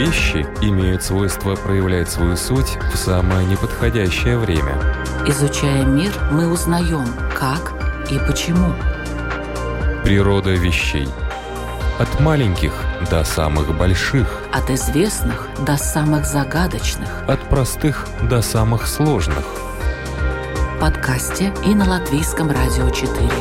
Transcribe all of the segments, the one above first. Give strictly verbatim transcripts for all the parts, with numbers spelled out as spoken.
вещи имеют свойство проявлять свою суть в самое неподходящее время. Изучая мир, мы узнаем, как и почему. Природа вещей. От маленьких до самых больших. От известных до самых загадочных. От простых до самых сложных. В подкасте и на Латвийском радио четыре.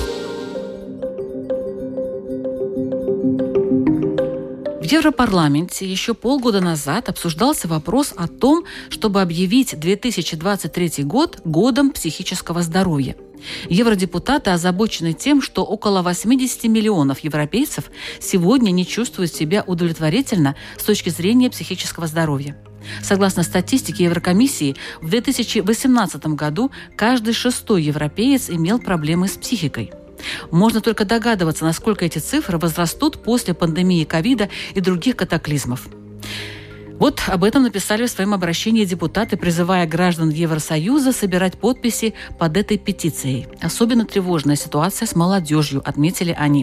В Европарламенте еще полгода назад обсуждался вопрос о том, чтобы объявить две тысячи двадцать третий год годом психического здоровья. Евродепутаты озабочены тем, что около восемьдесят миллионов европейцев сегодня не чувствуют себя удовлетворительно с точки зрения психического здоровья. Согласно статистике Еврокомиссии, в две тысячи восемнадцатом году каждый шестой европеец имел проблемы с психикой. Можно только догадываться, насколько эти цифры возрастут после пандемии ковида и других катаклизмов. Вот об этом написали в своем обращении депутаты, призывая граждан Евросоюза собирать подписи под этой петицией. Особенно тревожная ситуация с молодежью, отметили они.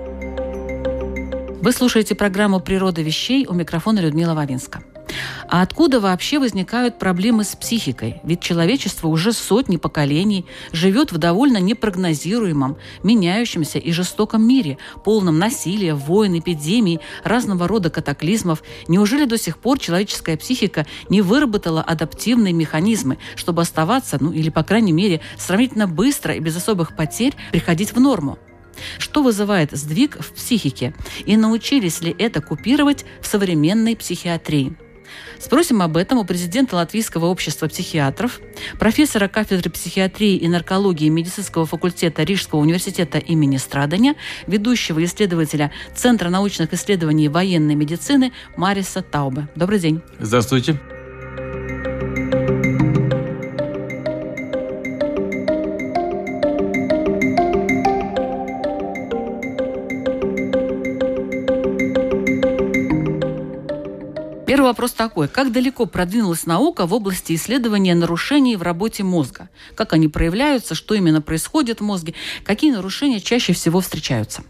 Вы слушаете программу «Природа вещей», у микрофона Людмила Вавинска. А откуда вообще возникают проблемы с психикой? Ведь человечество уже сотни поколений живет в довольно непрогнозируемом, меняющемся и жестоком мире, полном насилия, войн, эпидемий, разного рода катаклизмов. Неужели до сих пор человеческая психика не выработала адаптивные механизмы, чтобы оставаться, ну или, по крайней мере, сравнительно быстро и без особых потерь приходить в норму? Что вызывает сдвиг в психике? И научились ли это купировать в современной психиатрии? Спросим об этом у президента Латвийского общества психиатров, профессора кафедры психиатрии и наркологии медицинского факультета Рижского университета имени Страданя, ведущего исследователя Центра научных исследований военной медицины Мариса Таубе. Добрый день. Здравствуйте. Первый вопрос такой. Как далеко продвинулась наука в области исследования нарушений в работе мозга? Как они проявляются, что именно происходит в мозге? Какие нарушения чаще всего встречаются?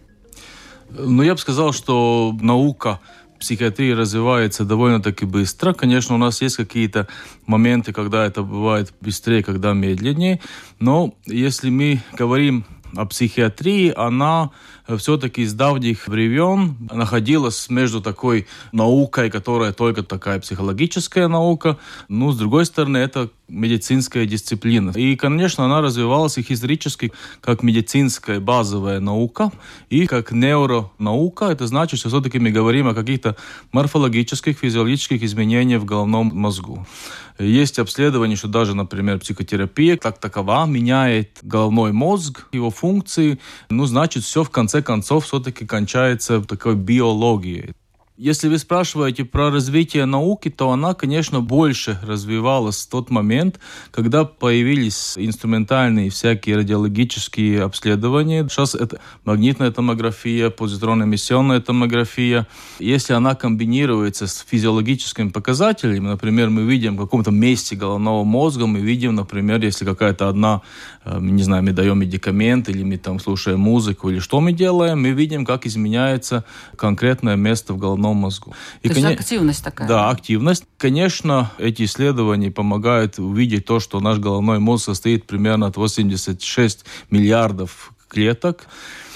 Ну, я бы сказал, что наука психиатрии развивается довольно-таки быстро. Конечно, у нас есть какие-то моменты, когда это бывает быстрее, когда медленнее. Но если мы говорим о психиатрии, она все-таки с давних времен находилась между такой наукой, которая только такая психологическая наука, ну, с другой стороны, это медицинская дисциплина. И, конечно, она развивалась их исторически как медицинская базовая наука и как нейронаука. Это значит, что все-таки мы говорим о каких-то морфологических, физиологических изменениях в головном мозгу. Есть обследования, что даже, например, психотерапия как такова меняет головной мозг, его функции. Ну, значит, все в конце концов все-таки кончается такой биологией. Если вы спрашиваете про развитие науки, то она, конечно, больше развивалась в тот момент, когда появились инструментальные всякие радиологические обследования. Сейчас это магнитная томография, позитронно-эмиссионная томография. Если она комбинируется с физиологическими показателями, например, мы видим в каком-то месте головного мозга, мы видим, например, если какая-то одна, не знаю, мы даем медикамент, или мы там слушаем музыку, или что мы делаем, мы видим, как изменяется конкретное место в головном мозгу. И, То есть кон... активность такая. Да, активность. Конечно, эти исследования помогают увидеть то, что наш головной мозг состоит примерно от восемьдесят шесть миллиардов клеток.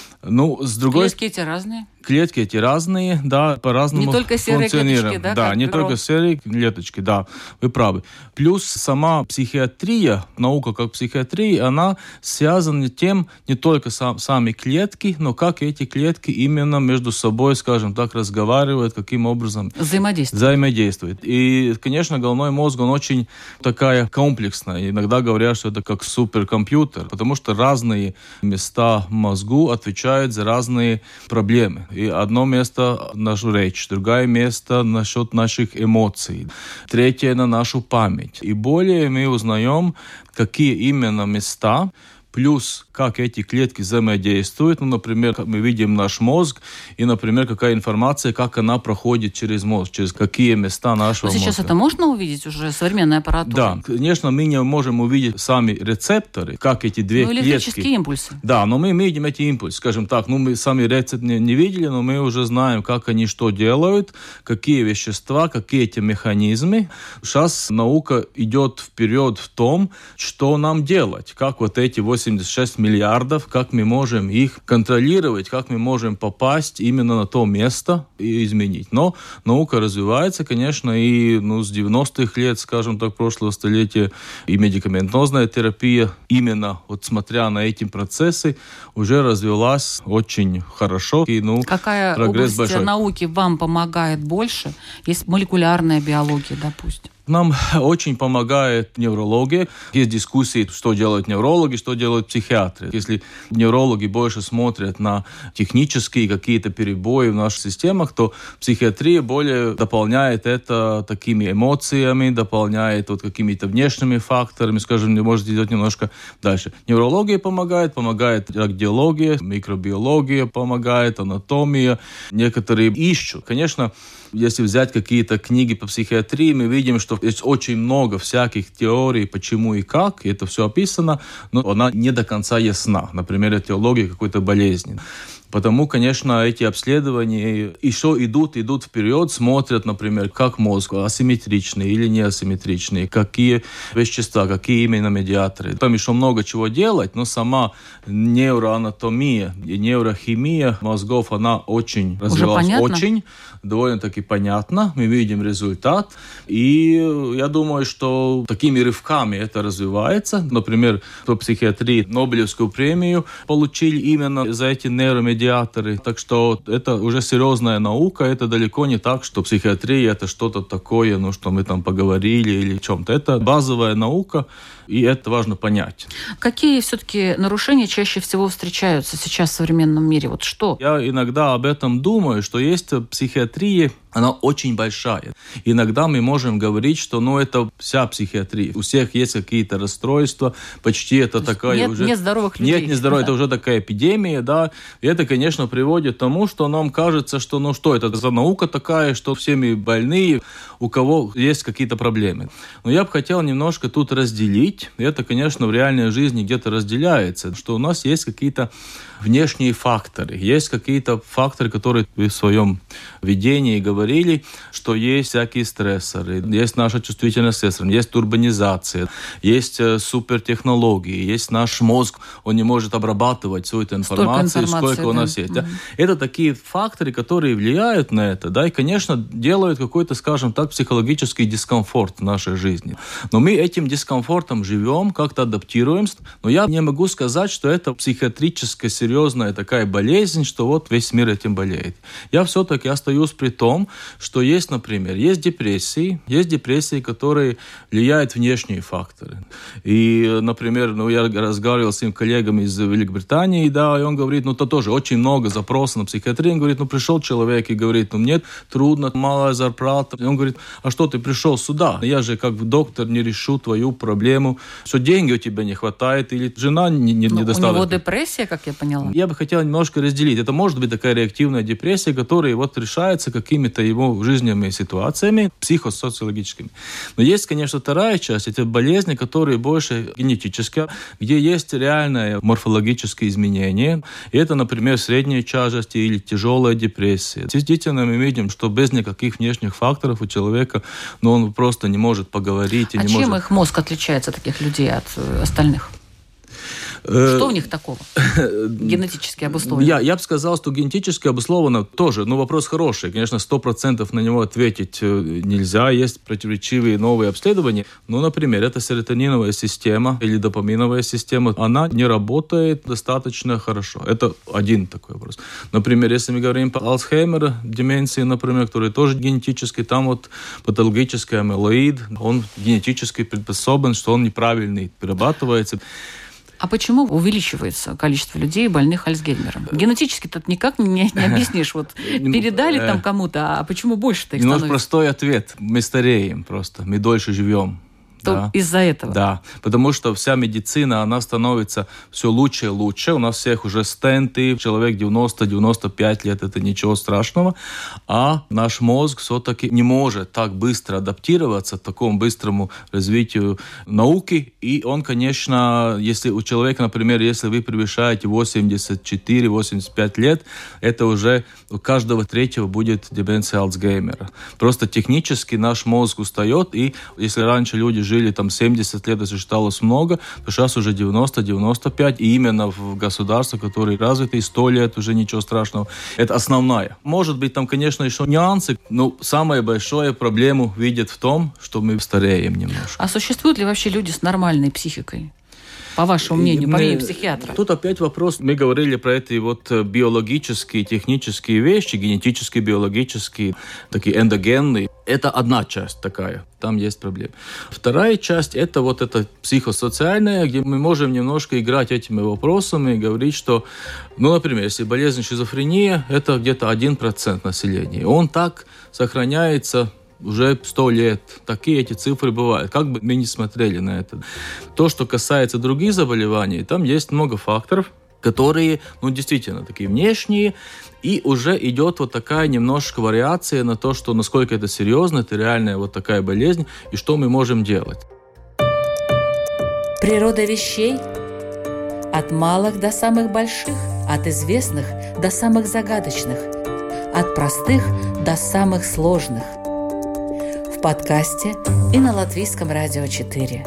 Ну, с другой... Клетки эти разные? Клетки эти разные, да, по-разному не только серые клеточки, да? Да, не бюро. только серые клеточки, да, вы правы. Плюс сама психиатрия, наука как психиатрия, она связана тем, не только сам, сами клетки, но как эти клетки именно между собой, скажем так, разговаривают, каким образом взаимодействуют. взаимодействуют. И, конечно, головной мозг, он очень такая комплексная. Иногда говорят, что это как суперкомпьютер, потому что разные места в мозгу отвечают за разные проблемы. И одно место нашу речь, другое место насчет наших эмоций, третье на нашу память. И более мы узнаем, какие именно места плюс как эти клетки взаимодействуют. Ну, например, мы видим наш мозг, и, например, какая информация, как она проходит через мозг, через какие места нашего мозга. Сейчас это можно увидеть уже современной аппаратурой? Да, конечно, мы не можем увидеть сами рецепторы, как эти две ну, клетки. Электрические импульсы. Да, но мы видим эти импульсы. Скажем так, ну, мы сами рецепт не, не видели, но мы уже знаем, как они что делают, какие вещества, какие эти механизмы. Сейчас наука идет вперед в том, что нам делать, как вот эти восемьдесят шесть миллиардов, как мы можем их контролировать, как мы можем попасть именно на то место и изменить. Но наука развивается, конечно, и ну, с девяностых лет, скажем так, прошлого столетия, и медикаментозная терапия, именно вот смотря на эти процессы, уже развилась очень хорошо. И, ну, какая прогресс область большой. Науки вам помогает больше? Есть молекулярная биология, допустим. Нам очень помогает неврология. Есть дискуссии, что делают неврологи, что делают психиатры. Если неврологи больше смотрят на технические какие-то перебои в наших системах, то психиатрия более дополняет это такими эмоциями, дополняет вот какими-то внешними факторами, скажем, не может идти немножко дальше. Неврология помогает, помогает радиология, микробиология помогает, анатомия. Некоторые ищут. Конечно, если взять какие-то книги по психиатрии, мы видим, что есть очень много всяких теорий, почему и как, и это все описано, но она не до конца ясна. Например, этиология какой-то болезни. Потому, конечно, эти обследования еще идут, идут вперед, смотрят, например, как мозг, асимметричный или не асимметричный, какие вещества, какие именно медиаторы. Там еще много чего делать, но сама нейроанатомия и нейрохимия мозгов, она очень развилась, очень, довольно-таки понятно. Мы видим результат. И я думаю, что такими рывками это развивается. Например, по психиатрии Нобелевскую премию получили именно за эти нейромедиаторы. Так что это уже серьезная наука. Это далеко не так, что психиатрия это что-то такое, ну, что мы там поговорили или о чем-то. Это базовая наука, и это важно понять. Какие все-таки нарушения чаще всего встречаются сейчас в современном мире? Вот что? Я иногда об этом думаю, что есть психиатрия, она очень большая. Иногда мы можем говорить, что ну, это вся психиатрия. У всех есть какие-то расстройства, почти это такая нет, уже... Нет здоровых людей. Нет нездоровых, да. Это уже такая эпидемия, да. И это, конечно, приводит к тому, что нам кажется, что ну что это за наука такая, что все мы больные, у кого есть какие-то проблемы. Но я бы хотел немножко тут разделить. Это, конечно, в реальной жизни где-то разделяется, что у нас есть какие-то внешние факторы. Есть какие-то факторы, которые вы в своем видении говорили, что есть всякие стрессоры, есть наша чувствительность к стрессорам, есть урбанизация, есть супертехнологии, есть наш мозг, он не может обрабатывать всю эту информацию, сколько да. у нас есть. Да. Mm-hmm. Это такие факторы, которые влияют на это, да, и, конечно, делают какой-то, скажем так, психологический дискомфорт в нашей жизни. Но мы этим дискомфортом живем, как-то адаптируемся, но я не могу сказать, что это психиатрическая серьезная такая болезнь, что вот весь мир этим болеет. Я все-таки остаюсь при том, что есть, например, есть депрессии, есть депрессии, которые влияют внешние факторы. И, например, ну, я разговаривал с своим коллегами из Великобритании, да, и он говорит, ну, то тоже очень много запросов на психиатрию. Он говорит, ну, пришел человек и говорит, ну, мне трудно, малая зарплата. И он говорит, а что ты пришел сюда? Я же как доктор не решу твою проблему. Что деньги у тебя не хватает, или жена не, не, ну, недостаточно. У него депрессия, как я поняла. Я бы хотел немножко разделить. Это может быть такая реактивная депрессия, которая вот решается какими-то его жизненными ситуациями, психосоциологическими. Но есть, конечно, вторая часть. Это болезни, которые больше генетические, где есть реальное морфологическое изменение. И это, например, средняя тяжесть или тяжелая депрессия. Действительно, мы видим, что без никаких внешних факторов у человека, ну, он просто не может поговорить. И а не чем может... их мозг отличается, таких людей, от остальных? Что у них такого генетически обусловлено? Я, я бы сказал, что генетически обусловлено тоже, но вопрос хороший. Конечно, сто процентов на него ответить нельзя. Есть противоречивые новые обследования. Ну, например, это серотониновая система или допаминовая система. Она не работает достаточно хорошо. Это один такой вопрос. Например, если мы говорим по Альцгеймеру, деменции, например, которые тоже генетически, там вот патологический амилоид, он генетически предпособлен, что он неправильный перерабатывается. А почему увеличивается количество людей, больных Альцгеймером? Генетически тут никак не, не объяснишь. Вот передали там кому-то, а почему больше-то их становится? Простой ответ. Мы стареем просто, мы дольше живем. что да. из-за этого. Да, потому что вся медицина, она становится все лучше и лучше. У нас всех уже стенты, человек девяносто-девяносто пять лет, это ничего страшного. А наш мозг все-таки не может так быстро адаптироваться к такому быстрому развитию науки. И он, конечно, если у человека, например, если вы превышаете восемьдесят четыре - восемьдесят пять лет, это уже у каждого третьего будет деменция Альцгеймера. Просто технически наш мозг устает, и если раньше люди жили там семьдесят лет, это считалось много, то сейчас уже девяносто - девяносто пять, и именно в государствах, которые развиты, сто лет, уже ничего страшного. Это основная. Может быть, там, конечно, еще нюансы, но самую большую проблему видят в том, что мы стареем немножко. А существуют ли вообще люди с нормальной психикой? По вашему мнению, по мнению психиатра? Тут опять вопрос. Мы говорили про эти вот биологические, технические вещи, генетические, биологические, такие эндогенные. Это одна часть такая. Там есть проблемы. Вторая часть – это вот это психосоциальная, где мы можем немножко играть этими вопросами и говорить, что, ну, например, если болезнь шизофрения, это где-то один процент населения. Он так сохраняется уже сто лет. Такие эти цифры бывают. Как бы мы ни смотрели на это. То, что касается других заболеваний, там есть много факторов, которые, ну, действительно, такие внешние, и уже идет вот такая немножко вариация на то, что насколько это серьезно, это реальная вот такая болезнь, и что мы можем делать. Природа вещей от малых до самых больших, от известных до самых загадочных, от простых до самых сложных. В подкасте и на Латвийском радио четыре.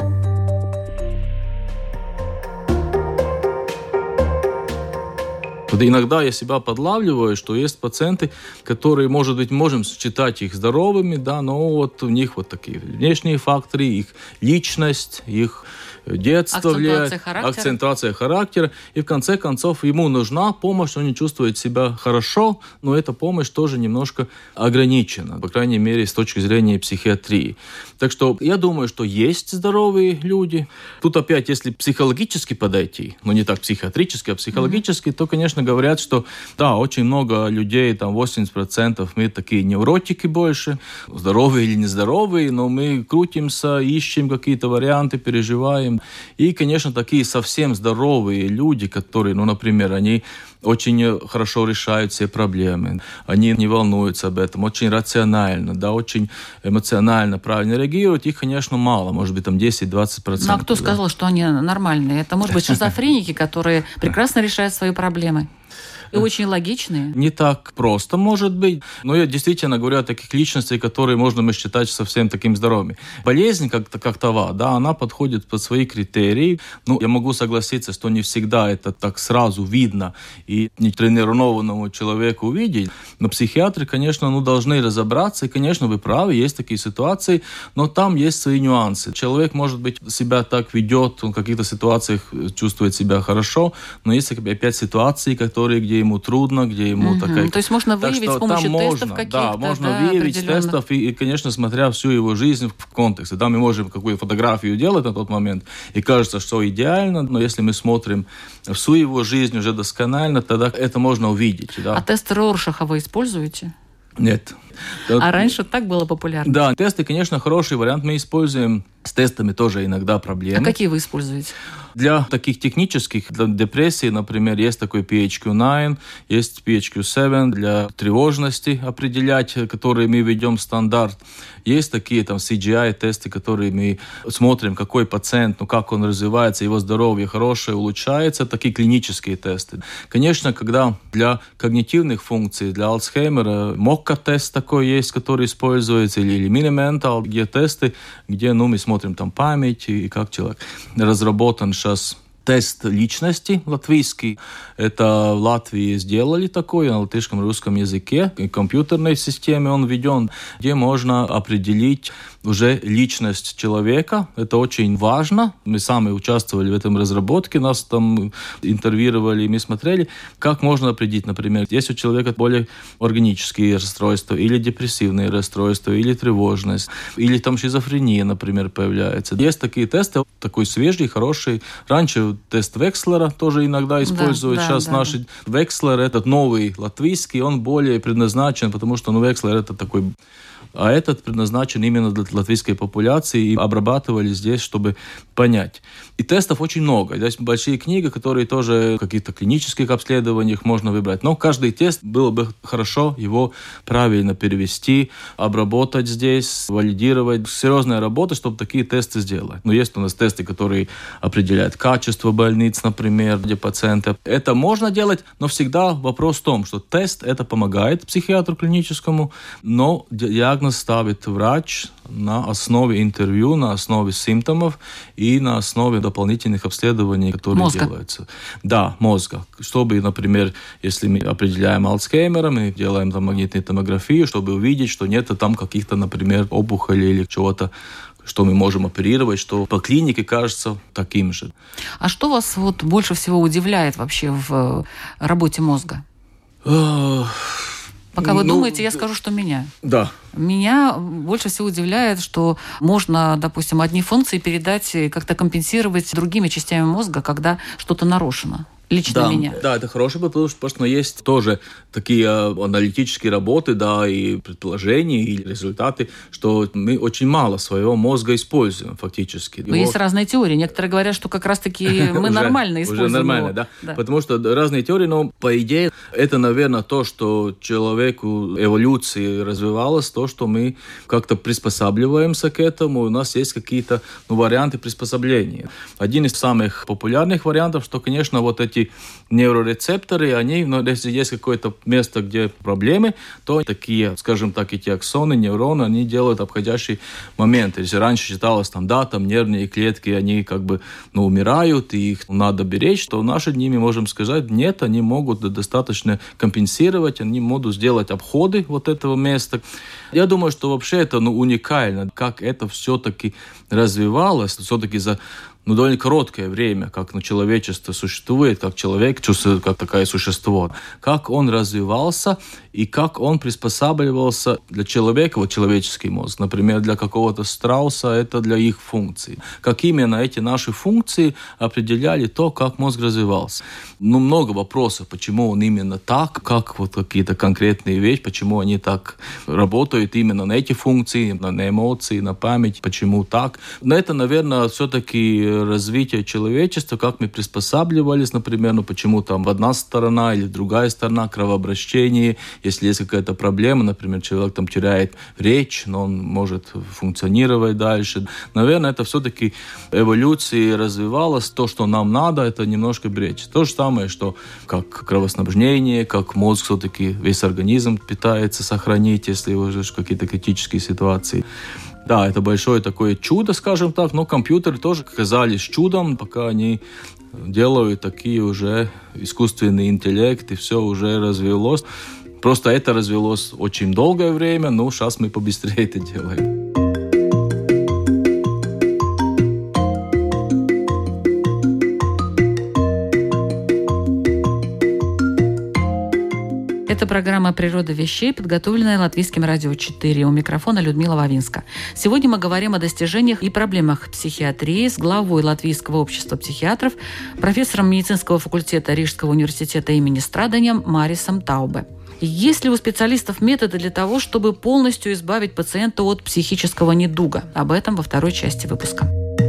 Вот иногда я себя подлавливаю, что есть пациенты, которые, может быть, можем считать их здоровыми, да, но вот у них вот такие внешние факторы, их личность, их детство влияет, акцентуация характера, и в конце концов ему нужна помощь, он не чувствует себя хорошо, но эта помощь тоже немножко ограничена, по крайней мере, с точки зрения психиатрии. Так что я думаю, что есть здоровые люди. Тут опять, если психологически подойти, ну не так психиатрически, а психологически, mm-hmm. то, конечно, говорят, что да, очень много людей, там восемьдесят процентов мы такие невротики больше, здоровые или нездоровые, но мы крутимся, ищем какие-то варианты, переживаем. И, конечно, такие совсем здоровые люди, которые, ну, например, они очень хорошо решают все проблемы, они не волнуются об этом, очень рационально, да, очень эмоционально правильно реагируют, их, конечно, мало, может быть, там десять-двадцать процентов. Ну, а кто да. сказал, что они нормальные? Это, может быть, шизофреники, которые прекрасно решают свои проблемы. И очень логичные. Не так просто, может быть. Но я действительно говорю о таких личностях, которые можно мы считать совсем такими здоровыми. Болезнь как, как тава, да, она подходит под свои критерии. Ну, я могу согласиться, что не всегда это так сразу видно и нетренированному человеку увидеть. Но психиатры, конечно, ну, должны разобраться. И, конечно, вы правы, есть такие ситуации, но там есть свои нюансы. Человек, может быть, себя так ведет, он в каких-то ситуациях чувствует себя хорошо, но есть опять ситуации, которые, где ему трудно, где ему угу. такая... То есть можно выявить так, с помощью тестов можно, каких-то, да, можно да, выявить тестов и, и, конечно, смотря всю его жизнь в контексте. Да, мы можем какую-то фотографию делать на тот момент, и кажется, что идеально, но если мы смотрим всю его жизнь уже досконально, тогда это можно увидеть. Да. А тест Роршаха вы используете? Нет. А раньше так было популярно? Да, тесты, конечно, хороший вариант. Мы используем. С тестами тоже иногда проблемы. А какие вы используете? Для таких технических, для депрессии, например, есть такой пи эйч кью девять, есть пи эйч кью семь для тревожности определять, которые мы ведем в стандарт. Есть такие там си джи ай-тесты, которые мы смотрим, какой пациент, ну как он развивается, его здоровье хорошее, улучшается. Такие клинические тесты. Конечно, когда для когнитивных функций, для Альцгеймера, мокка-тест такой есть, который используется, или, или Mini-Mental, где тесты, где ну, мы смотрим там память и как человек. Разработан сейчас тест личности латвийский. Это в Латвии сделали такой, на латышском и русском языке. В компьютерной системе он введен, где можно определить уже личность человека. Это очень важно. Мы сами участвовали в этом разработке, нас там интервьюировали, и мы смотрели, как можно определить, например, есть у человека более органические расстройства, или депрессивные расстройства, или тревожность, или там шизофрения, например, появляется. Есть такие тесты, такой свежий, хороший. Раньше тест Векслера тоже иногда используют. Да, Сейчас да, наш да. Векслер, этот новый латвийский, он более предназначен, потому что ну, Векслер это такой а этот предназначен именно для латвийской популяции, и обрабатывали здесь, чтобы понять. И тестов очень много. Здесь большие книги, которые тоже в каких-то клинических обследованиях можно выбрать. Но каждый тест было бы хорошо его правильно перевести, обработать здесь, валидировать. Серьезная работа, чтобы такие тесты сделать. Но есть у нас тесты, которые определяют качество больниц, например, где пациенты. Это можно делать, но всегда вопрос в том, что тест это помогает психиатру клиническому, но диагноз ставит врач на основе интервью, на основе симптомов и на основе дополнительных обследований, которые мозга. делаются. Да, мозга. Чтобы, например, если мы определяем Альцгеймера, мы делаем там магнитную томографию, чтобы увидеть, что нет там каких-то, например, опухолей или чего-то, что мы можем оперировать, что по клинике кажется таким же. А что вас вот больше всего удивляет вообще в работе мозга? Пока вы ну, думаете, я скажу, что меня. Да. Меня больше всего удивляет, что можно, допустим, одни функции передать, как-то компенсировать другими частями мозга, когда что-то нарушено. Лично да, меня. Да, это хороший вопрос, потому что есть тоже такие аналитические работы, да, и предположения, и результаты, что мы очень мало своего мозга используем фактически. Но его... есть разные теории. Некоторые говорят, что как раз-таки мы нормально используем. Уже нормально, да? да. Потому что разные теории, но по идее это, наверное, то, что человеку эволюции развивалось, то, что мы как-то приспосабливаемся к этому, у нас есть какие-то ну, варианты приспособления. Один из самых популярных вариантов, что, конечно, вот эти нейрорецепторы, они, ну, если есть какое-то место, где проблемы, то такие, скажем так, эти аксоны, нейроны, они делают обходящие моменты. Если раньше считалось, там, да, там нервные клетки, они как бы, ну, умирают, и их надо беречь, то в наши дни мы можем сказать, нет, они могут достаточно компенсировать, они могут сделать обходы вот этого места. Я думаю, что вообще это, ну, уникально, как это все-таки развивалось, все-таки за ну, довольно короткое время, как ну, человечество существует, как человек чувствует, как такое существо, как он развивался и как он приспосабливался для человека, вот человеческий мозг, например, для какого-то страуса, это для их функций. Как именно эти наши функции определяли то, как мозг развивался. Ну, много вопросов, почему он именно так, как вот какие-то конкретные вещи, почему они так работают именно на эти функции, на, на эмоции, на память, почему так. Но это, наверное, все-таки развитие человечества, как мы приспосабливались, например, ну почему там одна сторона или другая сторона, кровообращение, если есть какая-то проблема, например, человек там теряет речь, но он может функционировать дальше. Наверное, это все-таки эволюция развивалась, то, что нам надо, это немножко беречь. То же самое, что как кровоснабжение, как мозг все-таки весь организм питается, сохранить, если уже какие-то критические ситуации. Да, это большое такое чудо, скажем так, но компьютеры тоже казались чудом, пока они делают такие уже искусственный интеллект, и все уже развелось. Просто это развелось очень долгое время, но сейчас мы побыстрее это делаем. Это программа «Природа вещей», подготовленная Латвийским радио четыре. У микрофона Людмила Вавинска. Сегодня мы говорим о достижениях и проблемах психиатрии с главой Латвийского общества психиатров, профессором медицинского факультета Рижского университета имени Страдания Марисом Таубе. Есть ли у специалистов методы для того, чтобы полностью избавить пациента от психического недуга? Об этом во второй части выпуска.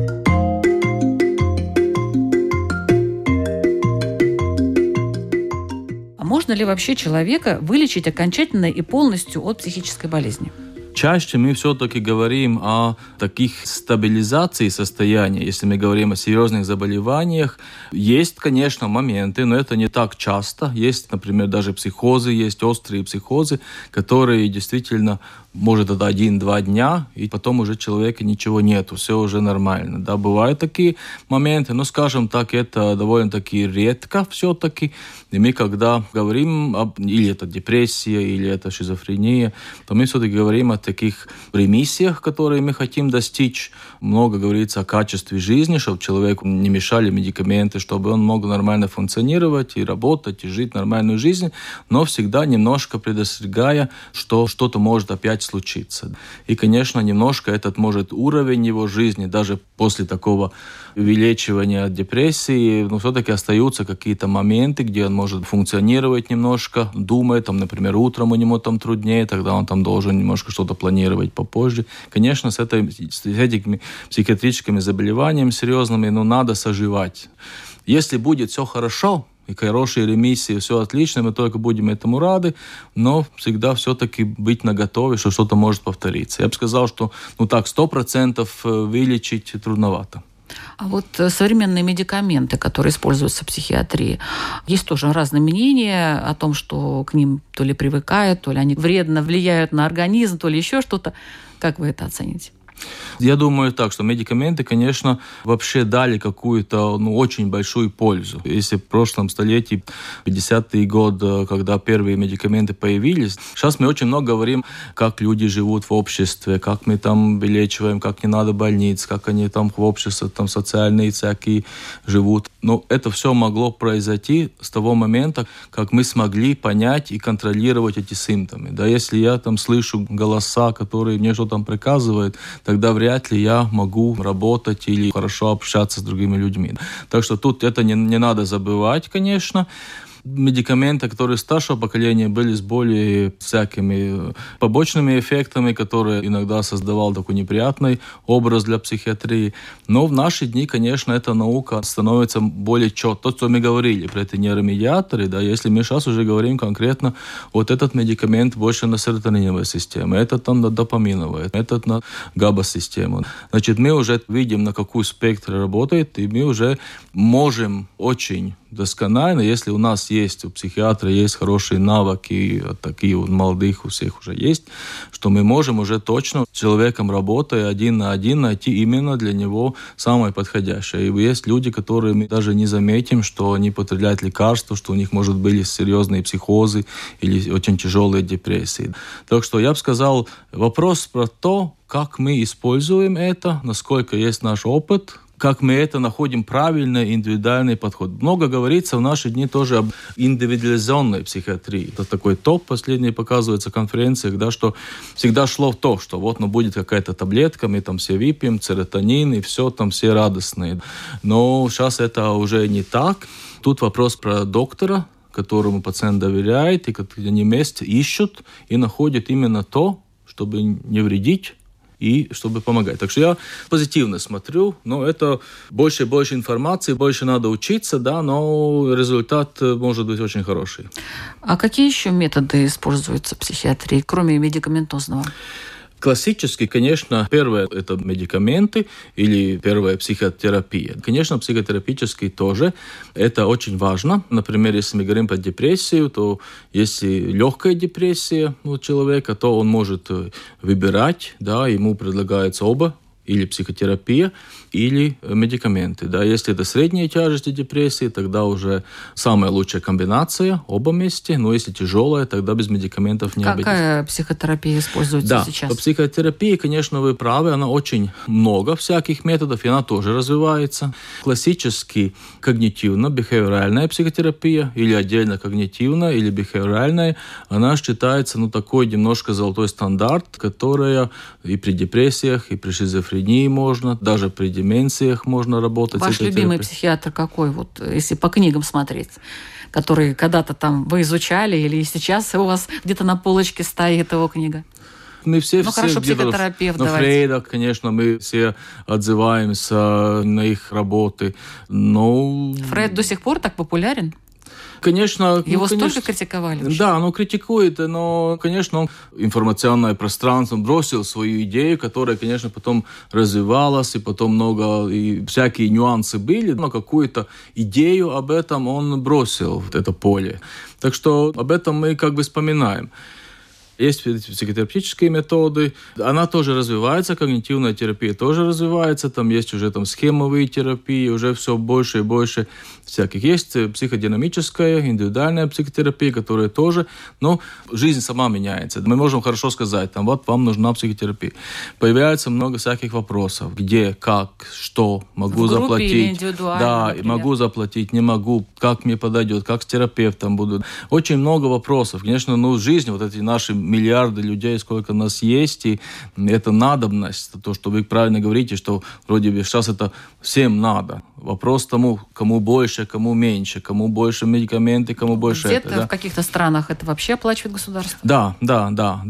Можно ли вообще человека вылечить окончательно и полностью от психической болезни? Чаще мы все-таки говорим о таких стабилизации состояния. Если мы говорим о серьезных заболеваниях, есть, конечно, моменты, но это не так часто. Есть, например, даже психозы, есть острые психозы, которые действительно может это один-два дня, и потом уже человека ничего нету, все уже нормально. Да, бывают такие моменты, но, скажем так, это довольно-таки редко все-таки. И мы, когда говорим об, или это депрессия, или это шизофрения, то мы все-таки говорим о таких ремиссиях, которые мы хотим достичь. Много говорится о качестве жизни, чтобы человеку не мешали медикаменты, чтобы он мог нормально функционировать и работать, и жить нормальную жизнь, но всегда немножко предостерегая, что что-то может опять случиться. И, конечно, немножко этот может уровень его жизни, даже после такого вылечивания от депрессии, но все-таки остаются какие-то моменты, где он может функционировать немножко, думает, там, например, утром у него там труднее, тогда он там должен немножко что-то что-то планировать попозже. Конечно, с, этой, с этими психиатрическими заболеваниями серьезными, но надо соживать. Если будет все хорошо, и хорошие ремиссии, все отлично, мы только будем этому рады, но всегда все-таки быть наготове, что что-то может повториться. Я бы сказал, что ну так, сто процентов вылечить трудновато. А вот современные медикаменты, которые используются в психиатрии, есть тоже разные мнения о том, что к ним то ли привыкают, то ли они вредно влияют на организм, то ли еще что-то. Как вы это оцените? Я думаю так, что медикаменты, конечно, вообще дали какую-то ну, очень большую пользу. Если в прошлом столетии, пятидесятые годы, когда первые медикаменты появились, сейчас мы очень много говорим, как люди живут в обществе, как мы там вылечиваем, как не надо больниц, как они там в обществе, там социальные всякие живут. Но это все могло произойти с того момента, как мы смогли понять и контролировать эти симптомы. Да, если я там слышу голоса, которые мне что-то там приказывают, тогда вряд ли я могу работать или хорошо общаться с другими людьми. Так что тут это не, не надо забывать, конечно. Медикаменты, которые старшего поколения, были с более всякими побочными эффектами, которые иногда создавал такой неприятный образ для психиатрии. Но в наши дни, конечно, эта наука становится более четко. То, что мы говорили про эти нейромедиаторы, да, если мы сейчас уже говорим конкретно, вот этот медикамент больше на серотониновую систему, этот там на допаминовую, этот на габа-систему. Значит, мы уже видим, на какую спектр работает, и мы уже можем очень досконально, если у нас есть, у психиатра есть хорошие навыки, такие у молодых у всех уже есть, что мы можем уже точно с человеком, работая один на один, найти именно для него самое подходящее. И есть люди, которые мы даже не заметим, что они потребляют лекарства, что у них, может, были серьезные психозы или очень тяжелые депрессии. Так что я бы сказал, вопрос про то, как мы используем это, насколько есть наш опыт, как мы это находим правильный, индивидуальный подход. Много говорится в наши дни тоже об индивидуализованной психиатрии. Это такой топ, последний показывается в конференциях, да, что всегда шло в то, что вот ну, будет какая-то таблетка, мы там все выпьем, серотонин, и все, там все радостные. Но сейчас это уже не так. Тут вопрос про доктора, которому пациент доверяет, и они вместе ищут и находят именно то, чтобы не вредить, и чтобы помогать. Так что я позитивно смотрю, но это больше и больше информации, больше надо учиться, да, но результат может быть очень хороший. А какие еще методы используются в психиатрии, кроме медикаментозного? Классически, конечно, первое – это медикаменты или первая психотерапия. Конечно, психотерапически тоже. Это очень важно. Например, если мы говорим про депрессию, то если легкая депрессия у человека, то он может выбирать, да, ему предлагается оба, или психотерапия, или медикаменты. Да. Если это средняя тяжесть депрессии, тогда уже самая лучшая комбинация, оба вместе. Но если тяжелая, тогда без медикаментов не обойтись. Какая психотерапия используется да, сейчас? По психотерапии, конечно, вы правы, она очень много всяких методов, и она тоже развивается. Классически когнитивно-бихевиоральная психотерапия, или отдельно когнитивная, или бихевиоральная, она считается ну, такой немножко золотой стандарт, которая и при депрессиях, и при шизофрении можно, даже при деменциях можно работать. Ваш любимый психиатр какой, вот, если по книгам смотреть, который когда-то там вы изучали, или сейчас у вас где-то на полочке стоит его книга? Мы все, ну, все хорошо, психотерапевт, ну, давайте. Фрейда, конечно, мы все отзываемся на их работы. Но... Фрейд до сих пор так популярен? Конечно, Его ну, конечно, столько критиковали? Вообще? Да, он критикует, но, конечно, он информационное пространство бросил свою идею, которая, конечно, потом развивалась, и потом много, и всякие нюансы были, но какую-то идею об этом он бросил в это поле. Так что об этом мы как бы вспоминаем. Есть психотерапевтические методы, она тоже развивается, когнитивная терапия тоже развивается, там есть уже там схемовые терапии, уже все больше и больше всяких. Есть психодинамическая, индивидуальная психотерапия, которая тоже, но жизнь сама меняется. Мы можем хорошо сказать, там, вот вам нужна психотерапия. Появляется много всяких вопросов, где, как, что, могу в группе заплатить. Или индивидуально, да, например. могу заплатить, не могу, как мне подойдет, как с терапевтом буду. Очень много вопросов. Конечно, ну, жизнь, вот эти наши миллиарды людей, сколько нас есть, и это надобность, то, что вы правильно говорите, что вроде бы сейчас это всем надо. Вопрос тому, кому больше, кому меньше, кому больше медикаменты, кому больше Где-то это. Да? в каких-то странах это вообще оплачивает государство? Да, да, да, да.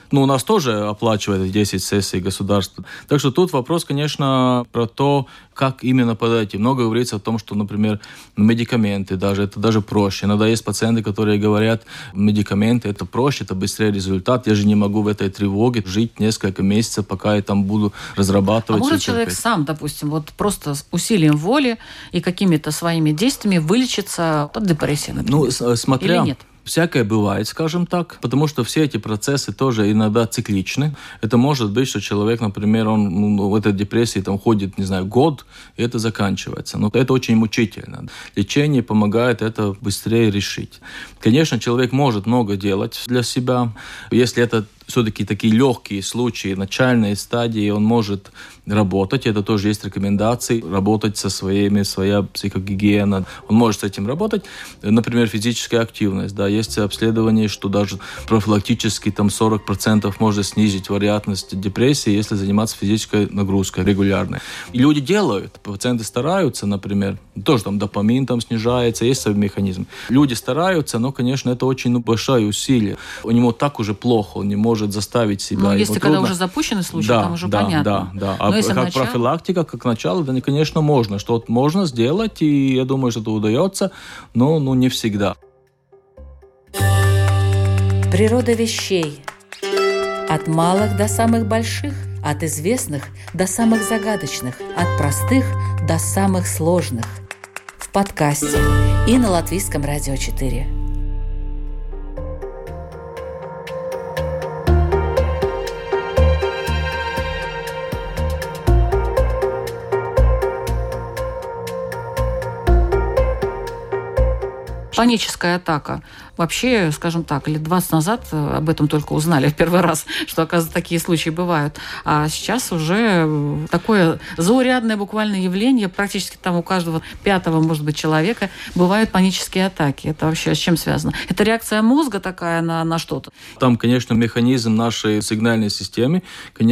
Ну, у нас тоже оплачивает десять сессий государства. Так что тут вопрос, конечно, про то, как именно подойти. Много говорится о том, что, например, медикаменты даже, это даже проще. Иногда есть пациенты, которые говорят, медикаменты это проще, это быстрее результат. Я же не могу в этой тревоге жить несколько месяцев, пока я там буду разрабатывать. А может человек сам, допустим, вот просто с усилием воли и какими-то своими действиями вылечиться от депрессии, например? Ну, смотря... Или нет? Всякое бывает, скажем так, потому что все эти процессы тоже иногда цикличны. Это может быть, что человек, например, он ну, в этой депрессии там ходит, не знаю, год, и это заканчивается. Но это очень мучительно. Лечение помогает это быстрее решить. Конечно, человек может много делать для себя. Если это все-таки такие легкие случаи, начальные стадии, он может работать. Это тоже есть рекомендации. Работать со своими, своя психогигиена. Он может с этим работать. Например, физическая активность. Да, есть обследования, что даже профилактически там сорок процентов может снизить вероятность депрессии, если заниматься физической нагрузкой регулярной. И люди делают. Пациенты стараются, например. Тоже там допамин там снижается, есть свой механизм. Люди стараются, но, конечно, это очень ну, большое усилие. У него так уже плохо, он не может заставить себя. Ну, если когда трудно. уже запущенный случай, да, там уже да, понятно. Да, да. А как начало... профилактика, как начало, да, конечно, можно. Что-то можно сделать, и я думаю, что это удается, но ну, не всегда. Природа вещей. От малых до самых больших, от известных до самых загадочных, от простых до самых сложных. В подкасте и на Латвийском радио четыре. Паническая атака. Вообще, скажем так, лет двадцать назад об этом только узнали в первый раз, что, оказывается, такие случаи бывают. А сейчас уже такое заурядное буквально явление. Практически там у каждого пятого, может быть, человека бывают панические атаки. Это вообще с чем связано? Это реакция мозга такая на, на что-то? Там, конечно, механизм нашей сигнальной системы.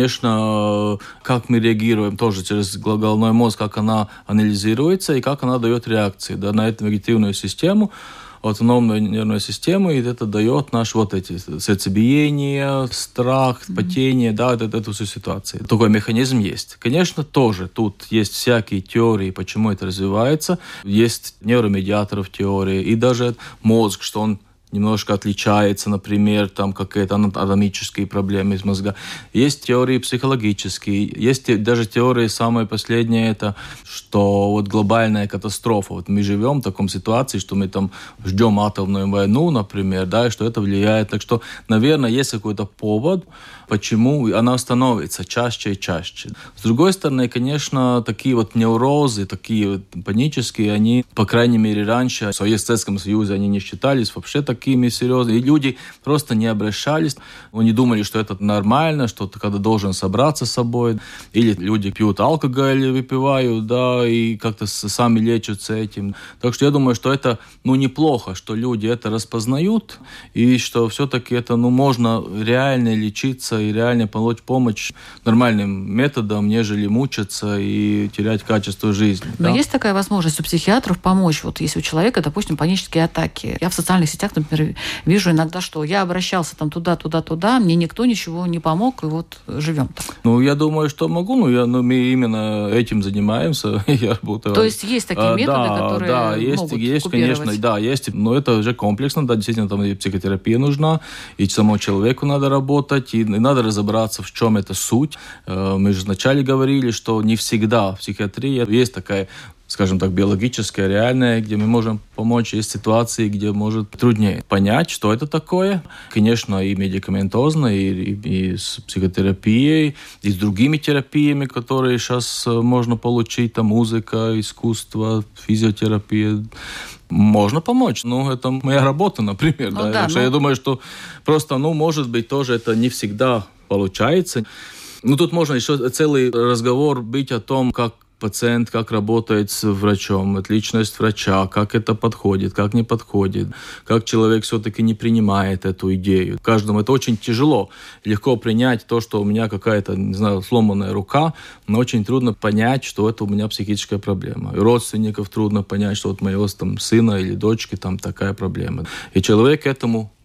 Конечно, как мы реагируем тоже через головной мозг, как она анализируется и как она дает реакции да, на эту вегетативную систему, автономную нервную систему, и это дает наши вот эти сердцебиение, страх, потение, да, это, это всю ситуацию. Такой механизм есть. Конечно, тоже тут есть всякие теории, почему это развивается. Есть нейромедиаторов теории, и даже мозг, что он немножко отличается, например, там какие-то анатомические проблемы из мозга. Есть теории психологические, есть даже теории, самые последние, это что вот глобальная катастрофа. Вот мы живем в таком ситуации, что мы там ждем атомную войну, например, да, и что это влияет. Так что, наверное, есть какой-то повод, почему она становится чаще и чаще. С другой стороны, конечно, такие вот неврозы, такие вот панические, они, по крайней мере, раньше в Советском Союзе они не считались вообще такими серьезными. И люди просто не обращались. Они думали, что это нормально, что ты когда должен собраться с собой. Или люди пьют алкоголь, выпивают, да, и как-то сами лечатся этим. Так что я думаю, что это, ну, неплохо, что люди это распознают, и что все-таки это, ну, можно реально лечиться и реально получить помощь нормальным методом, нежели мучиться и терять качество жизни. Но да? есть такая возможность у психиатров помочь? Вот если у человека, допустим, панические атаки. Я в социальных сетях, например, вижу иногда, что я обращался там туда, туда, туда, мне никто ничего не помог, и вот живем так. Ну, я думаю, что могу, но, я, но мы именно этим занимаемся. я работаю. То есть есть такие методы, а, да, которые да, есть, могут есть, купировать? конечно, да, есть, но это уже комплексно, да, действительно, там и психотерапия нужна, и самому человеку надо работать, и надо разобраться, в чем это суть. Мы же вначале говорили, что не всегда в психиатрии есть такая, скажем так, биологическая, реальная, где мы можем помочь. Есть ситуации, где может труднее понять, что это такое. Конечно, и медикаментозно, и, и, и с психотерапией, и с другими терапиями, которые сейчас можно получить, там музыка, искусство, физиотерапия. Можно помочь. Ну, это моя работа, например. Ну, да. да, ну... Я думаю, что просто, ну, может быть, тоже это не всегда получается. Ну, тут можно еще целый разговор быть о том, как пациент, как работает с врачом, личность врача, как это подходит, как не подходит, как человек все-таки не принимает эту идею. Каждому это очень тяжело. Легко принять то, что у меня какая-то, не знаю, сломанная рука, но очень трудно понять, что это у меня психическая проблема. И родственников трудно понять, что вот моего там сына или дочки там такая проблема. И человек к этому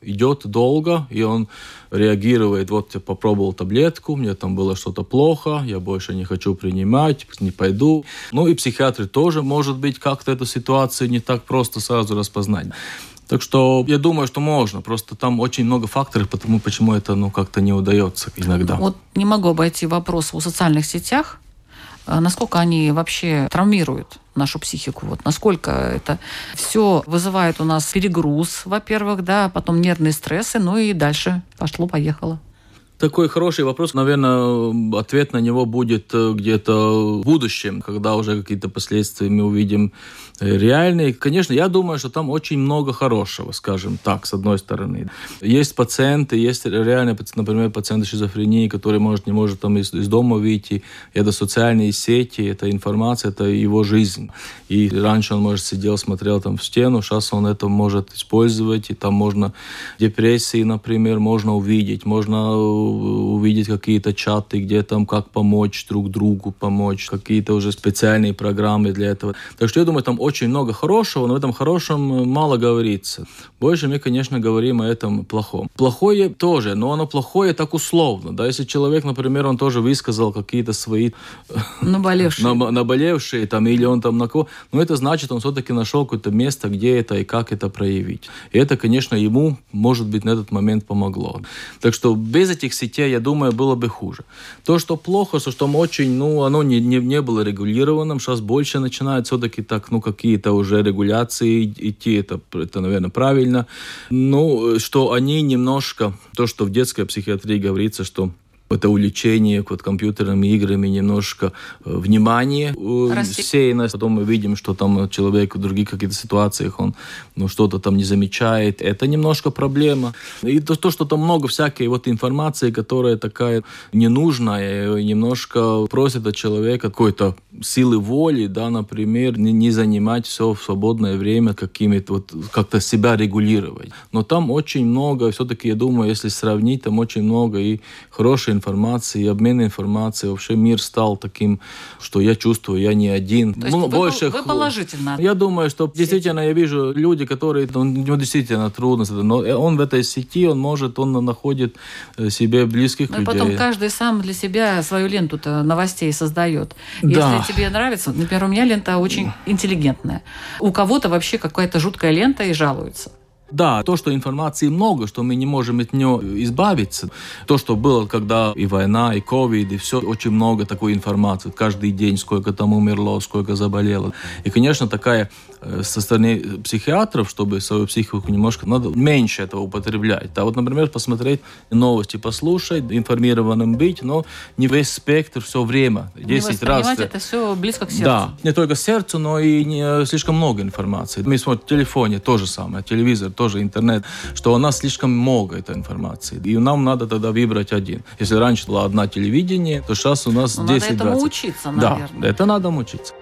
идет долго, и он реагирует, вот я попробовал таблетку, мне там было что-то плохо, я больше не хочу принимать, не пойду. Ну и психиатры тоже, может быть, как-то эту ситуацию не так просто сразу распознать. Так что я думаю, что можно. Просто там очень много факторов, потому почему это ну, как-то не удается иногда. Вот не могу обойти вопрос о социальных сетях. Насколько они вообще травмируют нашу психику? Вот насколько это все вызывает у нас перегруз, во-первых, да, потом нервные стрессы, ну и дальше пошло-поехало. Такой хороший вопрос. Наверное, ответ на него будет где-то в будущем, когда уже какие-то последствия мы увидим реальные. Конечно, я думаю, что там очень много хорошего, скажем так, с одной стороны. Есть пациенты, есть реальные, например, пациенты шизофрении, которые, может, не может там из, из дома выйти. Это социальные сети, это информация, это его жизнь. И раньше он, может, сидел, смотрел там в стену, сейчас он это может использовать, и там можно депрессии, например, можно увидеть, можно увидеть какие-то чаты, где там как помочь друг другу, помочь, какие-то уже специальные программы для этого. Так что я думаю, там очень много хорошего, но в этом хорошем мало говорится. Больше мы, конечно, говорим о этом плохом. Плохое тоже, но оно плохое так условно. Да? Если человек, например, он тоже высказал какие-то свои наболевшие, наболевшие там, или он там на кого, но это значит, он все-таки нашел какое-то место, где это и как это проявить. И это, конечно, ему, может быть, на этот момент помогло. Так что без этих сетей, я думаю, было бы хуже. То, что плохо, что там очень, ну, оно не, не, не было регулированным, сейчас больше начинает все-таки так, ну, какие-то уже регуляции идти, это, это, наверное, правильно. Ну, что они немножко, то, что в детской психиатрии говорится, что это увлечение вот, компьютерными играми, немножко э, внимание рассеяно. Потом мы видим, что там человек в других каких-то ситуациях, он ну, что-то там не замечает. Это немножко проблема. И то, то, что там много всякой вот информации, которая такая ненужная, и немножко просит от человека какой-то силы воли, да, например, не, не занимать все в свободное время какими-то, вот, как-то себя регулировать. Но там очень много, все-таки, я думаю, если сравнить, там очень много и хорошей информации, и обмен информацией. Вообще мир стал таким, что я чувствую, я не один. То есть ну, вы, больше... вы положительно? Я думаю, что сети. Действительно, я вижу люди, которые, ну, действительно трудно, но он в этой сети, он может, он находит себе близких ну, людей. И потом каждый сам для себя свою ленту-то новостей создает. Да. Если тебе нравится, например, у меня лента очень интеллигентная. У кого-то вообще какая-то жуткая лента и жалуются. Да, то, что информации много, что мы не можем от нее избавиться. То, что было, когда и война, и ковид, и все, очень много такой информации. Каждый день сколько там умерло, сколько заболело. И, конечно, такая со стороны психиатров, чтобы свою психику немножко, надо меньше этого употреблять. Да, вот, например, посмотреть новости, послушать, информированным быть, но не весь спектр все время, десять раз. Не это все близко к сердцу. Да, не только к сердцу, но и не слишком много информации. Мы смотрим в телефоне, то же самое, телевизор, тоже интернет, что у нас слишком много этой информации. И нам надо тогда выбрать один. Если раньше была одна телевидение, то сейчас у нас десять-двадцать. Надо этому учиться, наверное. Да, это надо учиться.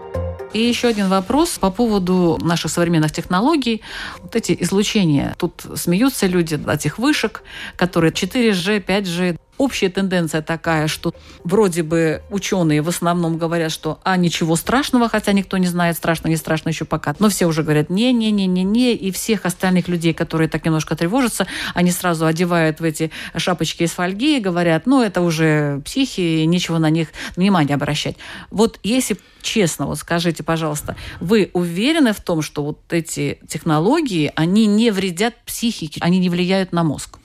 И еще один вопрос по поводу наших современных технологий. Вот эти излучения. Тут смеются люди от этих вышек, которые четыре джи, пять джи. Общая тенденция такая, что вроде бы ученые в основном говорят, что а, ничего страшного, хотя никто не знает, страшно, не страшно еще пока. Но все уже говорят не-не-не-не-не, и всех остальных людей, которые так немножко тревожатся, они сразу одевают в эти шапочки из фольги и говорят, ну, это уже психи, нечего на них внимания обращать. Вот если честно, вот скажите, пожалуйста, вы уверены в том, что вот эти технологии, они не вредят психике, они не влияют на мозг?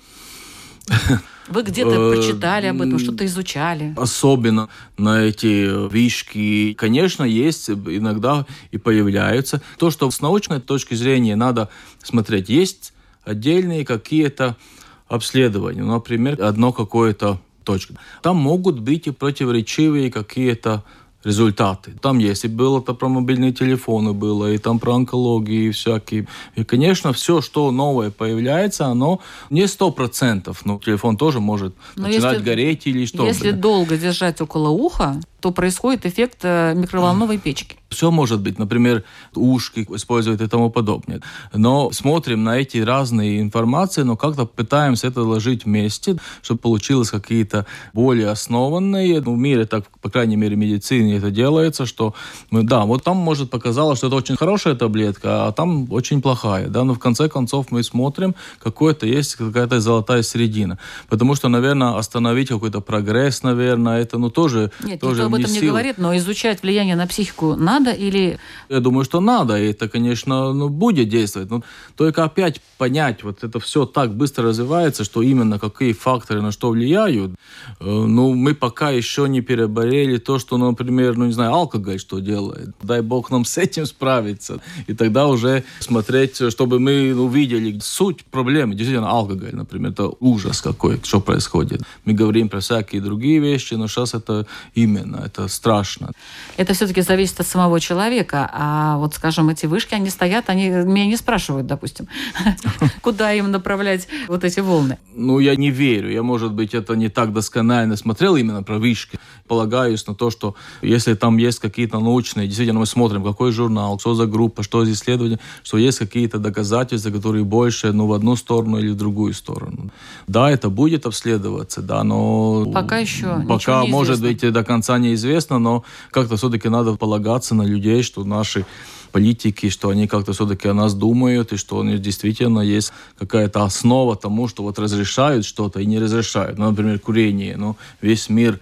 Вы где-то прочитали об этом, что-то изучали? Особенно на эти вишки, конечно, есть иногда и появляются. То, что с научной точки зрения надо смотреть, есть отдельные какие-то обследования. Например, одно какое-то точка. Там могут быть и противоречивые какие-то результаты. Там есть и было то про мобильные телефоны, было и там про онкологию и всякие. И, конечно, все, что новое появляется, оно не сто процентов. Но телефон тоже может Но начинать если, гореть или что-то. Если долго держать около уха, то происходит эффект микроволновой печки. Все может быть, например, ушки используют и тому подобное. Но смотрим на эти разные информации, но как-то пытаемся это ложить вместе, чтобы получилось какие-то более основанные. В мире, так, по крайней мере, в медицине это делается, что мы, да, вот там, может, показалось, что это очень хорошая таблетка, а там очень плохая. Да? Но в конце концов мы смотрим, какой-то есть какая-то золотая середина. Потому что, наверное, остановить какой-то прогресс, наверное, это ну, тоже... Нет, тоже никто об этом не говорит, но изучать влияние на психику надо. Надо или... Я думаю, что надо, и это, конечно, ну, будет действовать. Но только опять понять, вот это все так быстро развивается, что именно какие факторы на что влияют. Ну, мы пока еще не переборели то, что, например, ну, не знаю, алкоголь что делает. Дай бог нам с этим справиться. И тогда уже смотреть, чтобы мы увидели суть проблемы. Действительно, алкоголь, например, это ужас какой, что происходит. Мы говорим про всякие другие вещи, но сейчас это именно, это страшно. Это все-таки зависит от самого человека, а вот, скажем, эти вышки, они стоят, они меня не спрашивают, допустим, куда им направлять вот эти волны. Ну, я не верю. Я, может быть, это не так досконально смотрел именно про вышки. Полагаюсь на то, что если там есть какие-то научные, действительно, мы смотрим, какой журнал, что за группа, что за исследование, что есть какие-то доказательства, которые больше, ну, в одну сторону или в другую сторону. Да, это будет обследоваться, да, но... Пока еще Пока, не может быть, до конца неизвестно, но как-то все-таки надо полагаться на людей, что наши политики, что они как-то все-таки о нас думают, и что у них действительно есть какая-то основа тому, что вот разрешают что-то и не разрешают. Ну, например, курение. Ну, весь мир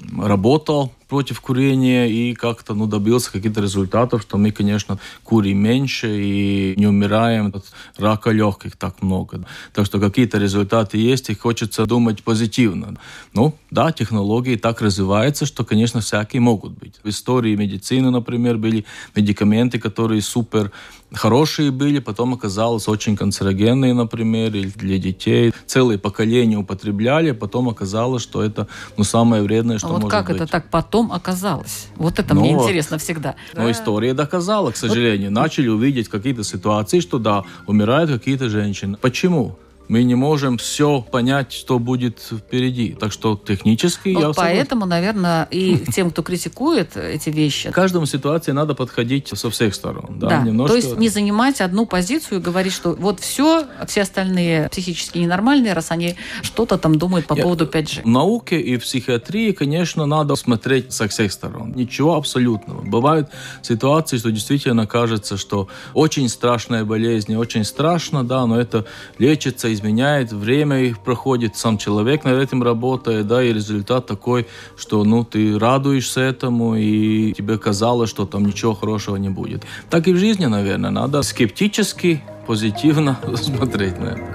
работал против курения и как-то ну, добился каких-то результатов, что мы, конечно, курим меньше и не умираем от рака легких так много. Так что какие-то результаты есть, и хочется думать позитивно. Ну, да, технологии так развиваются, что, конечно, всякие могут быть. В истории медицины, например, были медикаменты, которые супер хорошие были, потом оказалось очень канцерогенные, например, или для детей. Целые поколения употребляли, потом оказалось, что это ну, самое вредное, что а вот может как быть. это так потом оказалось? Вот это ну, мне интересно всегда. Но да. История доказала, к сожалению. Вот. Начали увидеть какие-то ситуации, что да, умирают какие-то женщины. Почему? Мы не можем все понять, что будет впереди. Так что технически вот я поэтому, согласен. Наверное, и тем, кто критикует эти вещи... К каждому ситуации надо подходить со всех сторон. Да, да. Немножко... То есть не занимать одну позицию и говорить, что вот все, все остальные психически ненормальные, раз они что-то там думают по я... поводу пять джи. В науке и в психиатрии, конечно, надо смотреть со всех сторон. Ничего абсолютного. Бывают ситуации, что действительно кажется, что очень страшная болезнь, очень страшно, да, но это лечится, изменяет, время их проходит, сам человек над этим работает, да, и результат такой, что, ну, ты радуешься этому, и тебе казалось, что там ничего хорошего не будет. Так и в жизни, наверное, надо скептически, позитивно смотреть на это.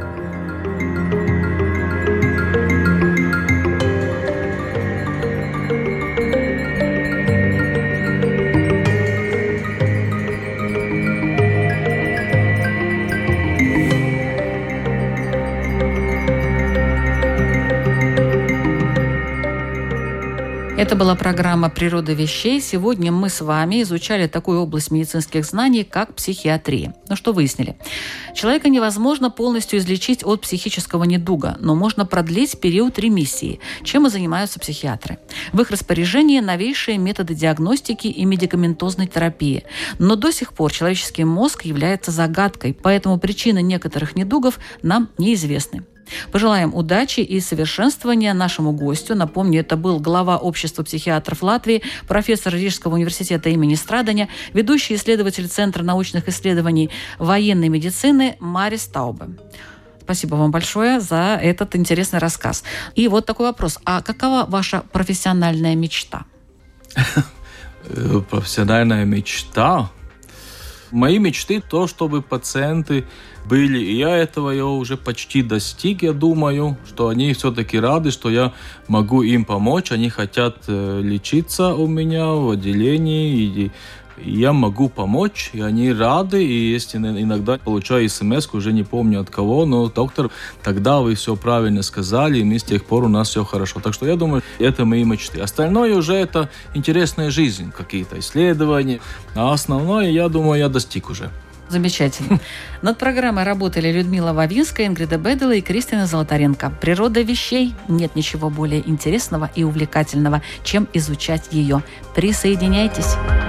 Это была программа «Природа вещей». Сегодня мы с вами изучали такую область медицинских знаний, как психиатрия. Ну что выяснили? Человека невозможно полностью излечить от психического недуга, но можно продлить период ремиссии, чем и занимаются психиатры. В их распоряжении новейшие методы диагностики и медикаментозной терапии. Но до сих пор человеческий мозг является загадкой, поэтому причины некоторых недугов нам неизвестны. Пожелаем удачи и совершенствования нашему гостю. Напомню, это был глава Общества психиатров Латвии, профессор Рижского университета имени Страданя, ведущий исследователь Центра научных исследований военной медицины Марис Таубе. Спасибо вам большое за этот интересный рассказ. И вот такой вопрос. А какова ваша профессиональная мечта? Профессиональная мечта? Мои мечты то, чтобы пациенты были, и я этого я уже почти достиг, я думаю, что они все-таки рады, что я могу им помочь, они хотят э, лечиться у меня в отделении, и, и я могу помочь, и они рады, и если иногда получаю смс, уже не помню от кого, но доктор, тогда вы все правильно сказали, и мы с тех пор у нас все хорошо. Так что я думаю, это мои мечты. Остальное уже это интересная жизнь, какие-то исследования, а основное, я думаю, я достиг уже. Замечательно. Над программой работали Людмила Вавинская, Ингрида Бедела и Кристина Золотаренко. Природа вещей. Нет ничего более интересного и увлекательного, чем изучать ее. Присоединяйтесь.